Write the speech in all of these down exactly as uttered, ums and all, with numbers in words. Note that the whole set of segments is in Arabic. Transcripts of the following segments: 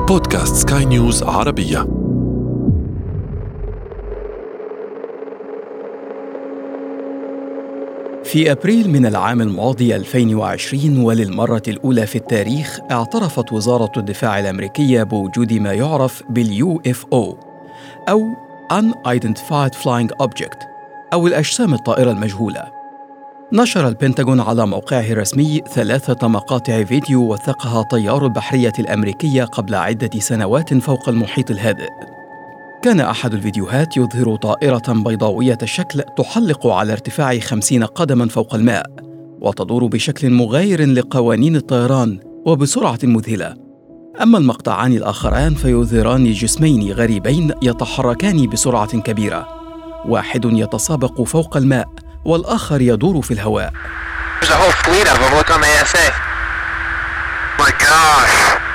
بودكاست سكاي نيوز عربية. في أبريل من العام الماضي ألفين وعشرين، وللمرة الأولى في التاريخ، اعترفت وزارة الدفاع الأمريكية بوجود ما يعرف باليو إف أو أو Unidentified Flying Object أو الأجسام الطائرة المجهولة. نشر البنتاغون على موقعه الرسمي ثلاثة مقاطع فيديو وثقها طيار البحرية الأمريكية قبل عدة سنوات فوق المحيط الهادئ. كان أحد الفيديوهات يظهر طائرة بيضاوية الشكل تحلق على ارتفاع خمسين قدماً فوق الماء، وتدور بشكل مغاير لقوانين الطيران وبسرعة مذهلة. أما المقطعان الآخران فيظهران جسمين غريبين يتحركان بسرعة كبيرة، واحد يتسابق فوق الماء والآخر يدور في الهواء. There's a whole fleet of them. Look on the A S A. My gosh.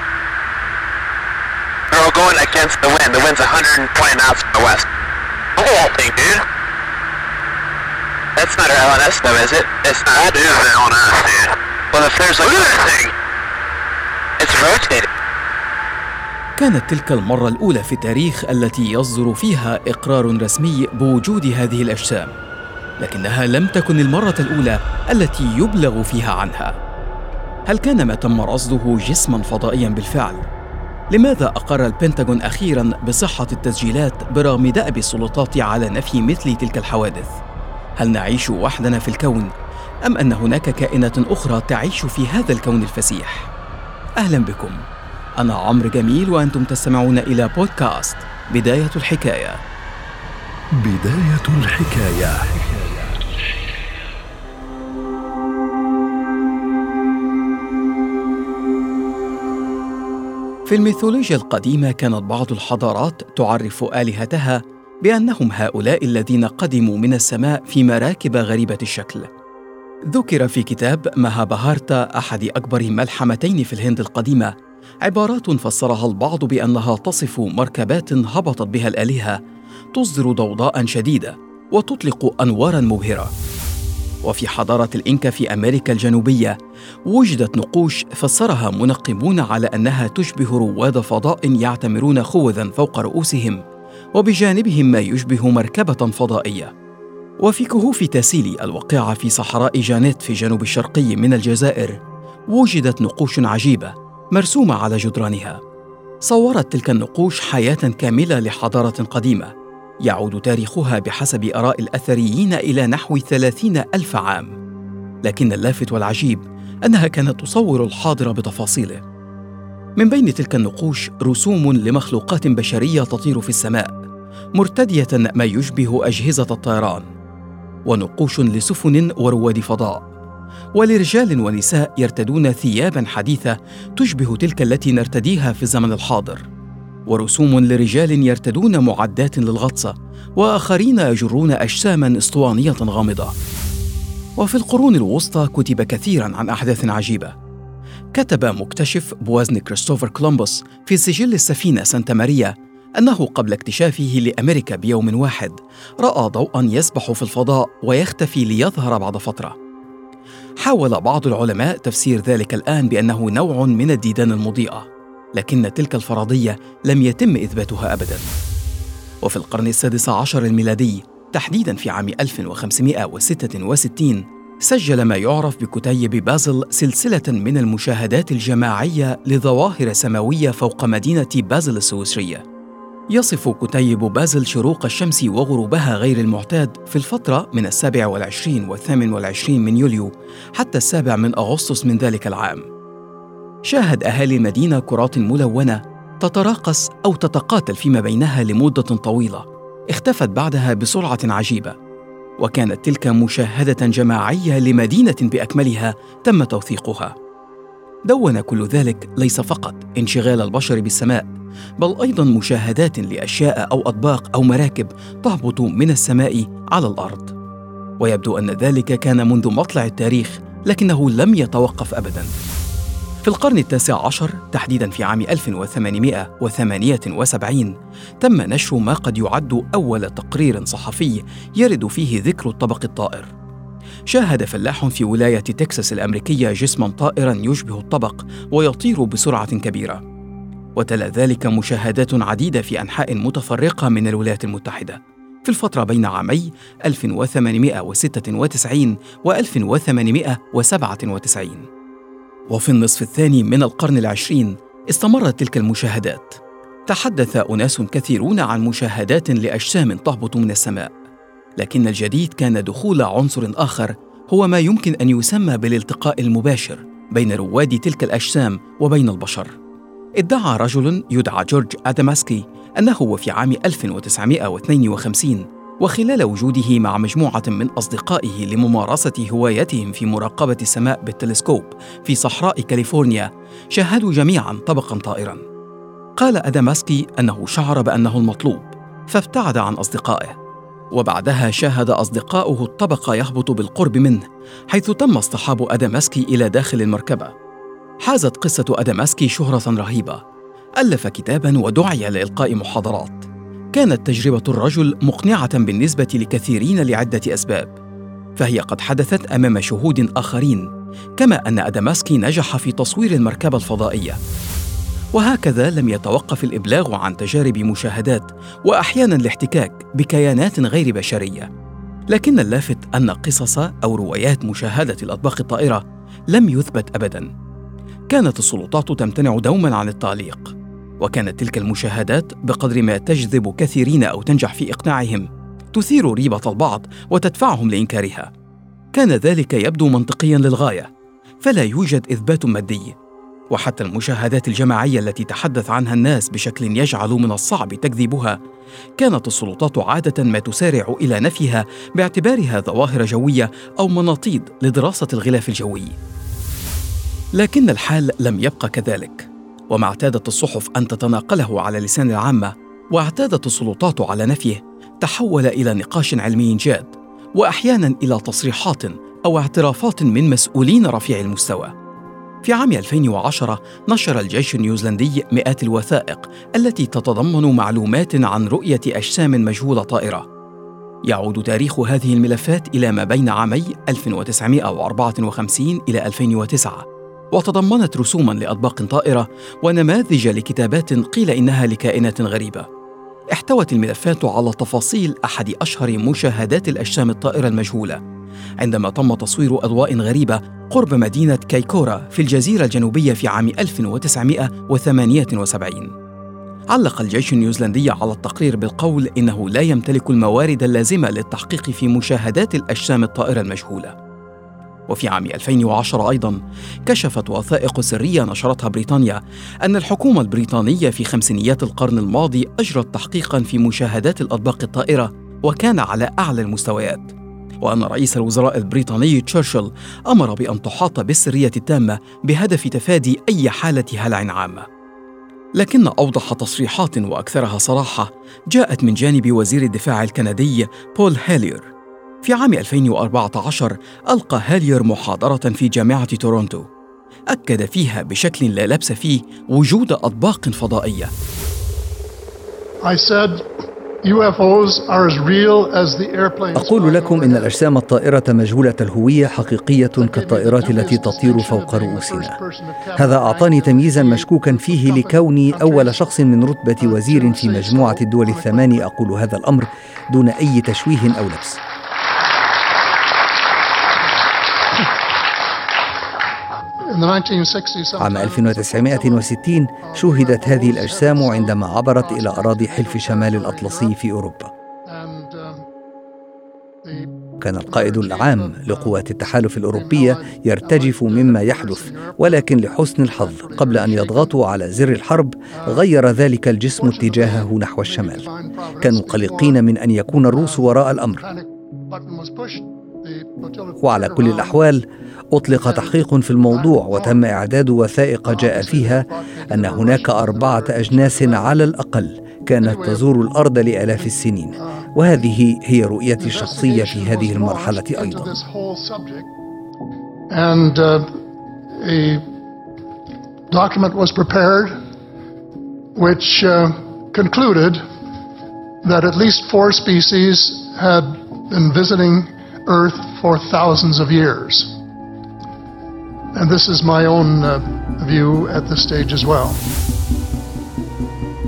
They're all going against the wind. The wind's one hundred twenty knots from the west. The whole thing, dude. That's not our L N S though, is it? It's not. That is the L N S, dude. Well, if there's like... Look at that thing. It's rotating. كانت تلك المرة الأولى في التاريخ التي يصدر فيها إقرار رسمي بوجود هذه الأجسام، لكنها لم تكن المرة الأولى التي يبلغ فيها عنها. هل كان ما تم رصده جسماً فضائياً بالفعل؟ لماذا أقر البنتاغون أخيراً بصحة التسجيلات برغم دأب السلطات على نفي مثل تلك الحوادث؟ هل نعيش وحدنا في الكون، أم أن هناك كائنات أخرى تعيش في هذا الكون الفسيح؟ أهلاً بكم، أنا عمرو جميل وأنتم تستمعون إلى بودكاست بداية الحكاية. بداية الحكاية. في الميثولوجيا القديمة كانت بعض الحضارات تعرف آلهتها بأنهم هؤلاء الذين قدموا من السماء في مراكب غريبة الشكل. ذكر في كتاب مهابهارتا أحد أكبر ملحمتين في الهند القديمة عبارات فسرها البعض بأنها تصف مركبات هبطت بها الآلهة تصدر ضوضاء شديدة وتطلق أنواراً مبهرة. وفي حضارة الإنكا في أمريكا الجنوبية وجدت نقوش فسرها منقبون على أنها تشبه رواد فضاء يعتمرون خوذاً فوق رؤوسهم وبجانبهم ما يشبه مركبة فضائية. وفي كهوف تاسيلي الواقعة في صحراء جانيت في جنوب الشرقي من الجزائر وجدت نقوش عجيبة مرسومة على جدرانها. صورت تلك النقوش حياة كاملة لحضارة قديمة يعود تاريخها بحسب آراء الأثريين إلى نحو ثلاثين ألف عام، لكن اللافت والعجيب أنها كانت تصور الحاضر بتفاصيله. من بين تلك النقوش رسوم لمخلوقات بشرية تطير في السماء مرتدية ما يشبه أجهزة الطيران، ونقوش لسفن ورواد فضاء، ولرجال ونساء يرتدون ثياباً حديثة تشبه تلك التي نرتديها في الزمن الحاضر، ورسوم لرجال يرتدون معدات للغطس، وآخرين يجرون أجساماً اسطوانية غامضة. وفي القرون الوسطى كتب كثيراً عن أحداث عجيبة. كتب مكتشف بوزن كريستوفر كولومبوس في سجل السفينة سانتا ماريا أنه قبل اكتشافه لأمريكا بيوم واحد رأى ضوءاً يسبح في الفضاء ويختفي ليظهر بعد فترة. حاول بعض العلماء تفسير ذلك الآن بأنه نوع من الديدان المضيئة، لكن تلك الفرضية لم يتم إثباتها أبداً. وفي القرن السادس عشر الميلادي تحديداً في عام ألف وخمسمائة وستة وستين سجل ما يعرف بكتيب بازل سلسلة من المشاهدات الجماعية لظواهر سماوية فوق مدينة بازل السويسرية. يصف كتيب بازل شروق الشمس وغروبها غير المعتاد في الفترة من السابع والعشرين والثامن والعشرين من يوليو حتى السابع من أغسطس من ذلك العام. شاهد أهالي المدينة كرات ملونة تتراقص أو تتقاتل فيما بينها لمدة طويلة اختفت بعدها بسرعة عجيبة، وكانت تلك مشاهدة جماعية لمدينة بأكملها تم توثيقها. دون كل ذلك ليس فقط انشغال البشر بالسماء، بل أيضاً مشاهدات لأشياء أو أطباق أو مراكب تهبط من السماء على الأرض. ويبدو أن ذلك كان منذ مطلع التاريخ، لكنه لم يتوقف أبداً. في القرن التاسع عشر تحديداً في عام ألف وثمانمائة وثمانية وسبعين تم نشر ما قد يعد أول تقرير صحفي يرد فيه ذكر الطبق الطائر. شاهد فلاح في ولاية تكساس الأمريكية جسماً طائراً يشبه الطبق ويطير بسرعة كبيرة. وتلا ذلك مشاهدات عديدة في أنحاء متفرقة من الولايات المتحدة في الفترة بين عامي ألف وثمانمائة وستة وتسعين و ألف وثمانمائة وسبعة وتسعين. وفي النصف الثاني من القرن العشرين استمرت تلك المشاهدات. تحدث أناس كثيرون عن مشاهدات لأجسام تهبط من السماء، لكن الجديد كان دخول عنصر آخر هو ما يمكن أن يسمى بالالتقاء المباشر بين رواد تلك الأجسام وبين البشر. ادعى رجل يدعى جورج آدامسكي أنه وفي عام ألف وتسعمائة واثنين وخمسين وخلال وجوده مع مجموعة من أصدقائه لممارسة هوايتهم في مراقبة السماء بالتلسكوب في صحراء كاليفورنيا، شاهدوا جميعاً طبقاً طائراً. قال آدامسكي أنه شعر بأنه المطلوب فابتعد عن أصدقائه، وبعدها شاهد أصدقاؤه الطبق يهبط بالقرب منه، حيث تم اصطحاب آدامسكي إلى داخل المركبة. حازت قصة آدامسكي شهرة رهيبة، ألف كتاباً ودعي لإلقاء محاضرات. كانت تجربة الرجل مقنعة بالنسبة لكثيرين لعدة أسباب، فهي قد حدثت أمام شهود آخرين، كما أن آدامسكي نجح في تصوير المركبة الفضائية. وهكذا لم يتوقف الإبلاغ عن تجارب مشاهدات وأحياناً الاحتكاك بكيانات غير بشرية. لكن اللافت أن قصص أو روايات مشاهدة الأطباق الطائرة لم يثبت أبداً. كانت السلطات تمتنع دوماً عن التعليق، وكانت تلك المشاهدات بقدر ما تجذب كثيرين أو تنجح في إقناعهم تثير ريبة البعض وتدفعهم لإنكارها. كان ذلك يبدو منطقياً للغاية، فلا يوجد إثبات مادي. وحتى المشاهدات الجماعية التي تحدث عنها الناس بشكل يجعل من الصعب تكذيبها، كانت السلطات عادة ما تسارع إلى نفيها باعتبارها ظواهر جوية أو مناطيد لدراسة الغلاف الجوي. لكن الحال لم يبقى كذلك، وما اعتادت الصحف أن تتناقله على لسان العامة واعتادت السلطات على نفيه، تحول إلى نقاش علمي جاد، وأحياناً إلى تصريحات أو اعترافات من مسؤولين رفيع المستوى. في عام ألفين وعشرة نشر الجيش النيوزيلندي مئات الوثائق التي تتضمن معلومات عن رؤية أجسام مجهولة طائرة. يعود تاريخ هذه الملفات إلى ما بين عامي ألف وتسعمائة وأربعة وخمسين إلى ألفين وتسعة، وتضمنت رسوماً لأطباق طائرة ونماذج لكتابات قيل إنها لكائنات غريبة. احتوت الملفات على تفاصيل أحد أشهر مشاهدات الأجسام الطائرة المجهولة، عندما تم تصوير أضواء غريبة قرب مدينة كايكورا في الجزيرة الجنوبية في عام ألف وتسعمائة وثمانية وسبعين. علق الجيش النيوزيلندي على التقرير بالقول إنه لا يمتلك الموارد اللازمة للتحقيق في مشاهدات الأجسام الطائرة المجهولة. وفي عام ألفين وعشرة أيضاً كشفت وثائق سرية نشرتها بريطانيا أن الحكومة البريطانية في خمسينيات القرن الماضي أجرت تحقيقاً في مشاهدات الأطباق الطائرة، وكان على أعلى المستويات، وأن رئيس الوزراء البريطاني تشرشل أمر بأن تحاط بالسرية التامة بهدف تفادي أي حالة هلع عامة. لكن أوضح تصريحات وأكثرها صراحة جاءت من جانب وزير الدفاع الكندي بول هالير. في عام ألفين وأربعة عشر ألقى هالير محاضرة في جامعة تورونتو، أكد فيها بشكل لا لبس فيه وجود أطباق فضائية. I said يو إف أوز are as real as the airplanes. أقول لكم إن الأجسام الطائرة مجهولة الهوية حقيقية كالطائرات التي تطير فوق رؤوسنا. هذا أعطاني تمييزا مشكوكا فيه لكوني أول شخص من رتبة وزير في مجموعة الدول الثماني أقول هذا الأمر دون أي تشويه أو لبس. عام ألف وتسعمائة وستين شوهدت هذه الأجسام عندما عبرت إلى أراضي حلف شمال الأطلسي في أوروبا. كان القائد العام لقوات التحالف الأوروبية يرتجف مما يحدث، ولكن لحسن الحظ قبل أن يضغطوا على زر الحرب غير ذلك الجسم اتجاهه نحو الشمال. كانوا قلقين من أن يكون الروس وراء الأمر. وعلى كل الأحوال أطلق تحقيق في الموضوع، وتم إعداد وثائق جاء فيها أن هناك أربعة أجناس على الأقل كانت تزور الأرض لآلاف السنين، وهذه هي رؤيتي الشخصية في هذه المرحلة أيضا. And uh, a document was prepared which uh, concluded that at least four species had been visiting Earth for thousands of years. And this is my own uh, view at this stage as well.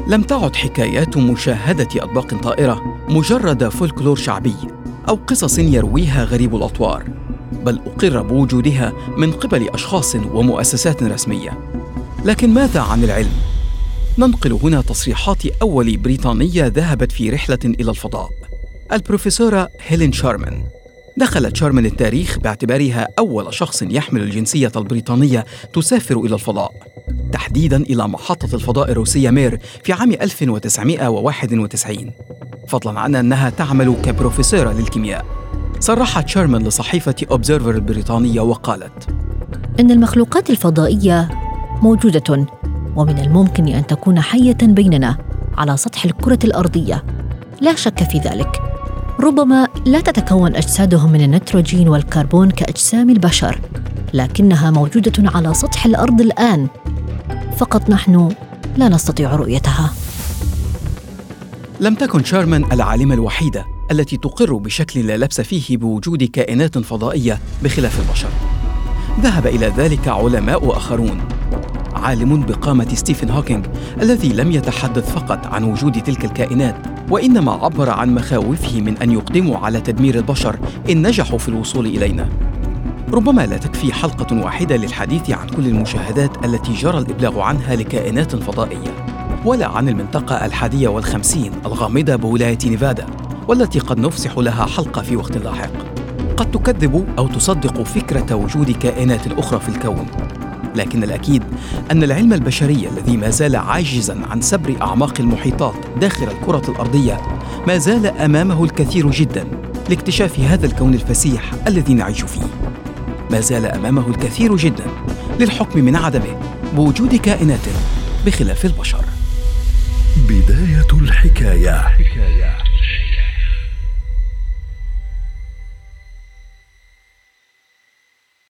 لم تعد حكايات مشاهدة أطباق طائرة مجرد فولكلور شعبي أو قصص يرويها غريب الأطوار، بل أقر بوجودها من قبل أشخاص ومؤسسات رسمية. لكن ماذا عن العلم؟ ننقل هنا تصريحات أول بريطانية ذهبت في رحلة إلى الفضاء، البروفيسورة هيلين شارمان. دخلت شارمان التاريخ باعتبارها أول شخص يحمل الجنسية البريطانية تسافر إلى الفضاء، تحديداً إلى محطة الفضاء الروسية مير في عام ألف وتسعمائة وواحد وتسعين، فضلاً عن أنها تعمل كبروفيسورة للكيمياء. صرحت شارمان لصحيفة أوبزيرفر البريطانية وقالت: إن المخلوقات الفضائية موجودة، ومن الممكن أن تكون حية بيننا على سطح الكرة الأرضية، لا شك في ذلك. ربما لا تتكون أجسادهم من النيتروجين والكربون كأجسام البشر، لكنها موجودة على سطح الأرض الآن، فقط نحن لا نستطيع رؤيتها. لم تكن شارمان العالمة الوحيدة التي تقر بشكل لا لبس فيه بوجود كائنات فضائية بخلاف البشر. ذهب إلى ذلك علماء آخرون. عالم بقامة ستيفن هوكينج الذي لم يتحدث فقط عن وجود تلك الكائنات، وإنما عبر عن مخاوفه من أن يقدموا على تدمير البشر إن نجحوا في الوصول إلينا. ربما لا تكفي حلقة واحدة للحديث عن كل المشاهدات التي جرى الإبلاغ عنها لكائنات فضائية، ولا عن المنطقة الحادية والخمسين الغامضة بولاية نيفادا، والتي قد نفسح لها حلقة في وقت لاحق. قد تكذب أو تصدق فكرة وجود كائنات أخرى في الكون، لكن الأكيد أن العلم البشري الذي ما زال عاجزاً عن سبر أعماق المحيطات داخل الكرة الأرضية ما زال أمامه الكثير جداً لاكتشاف هذا الكون الفسيح الذي نعيش فيه. ما زال أمامه الكثير جداً للحكم من عدمه بوجود كائنات بخلاف البشر. بداية الحكاية.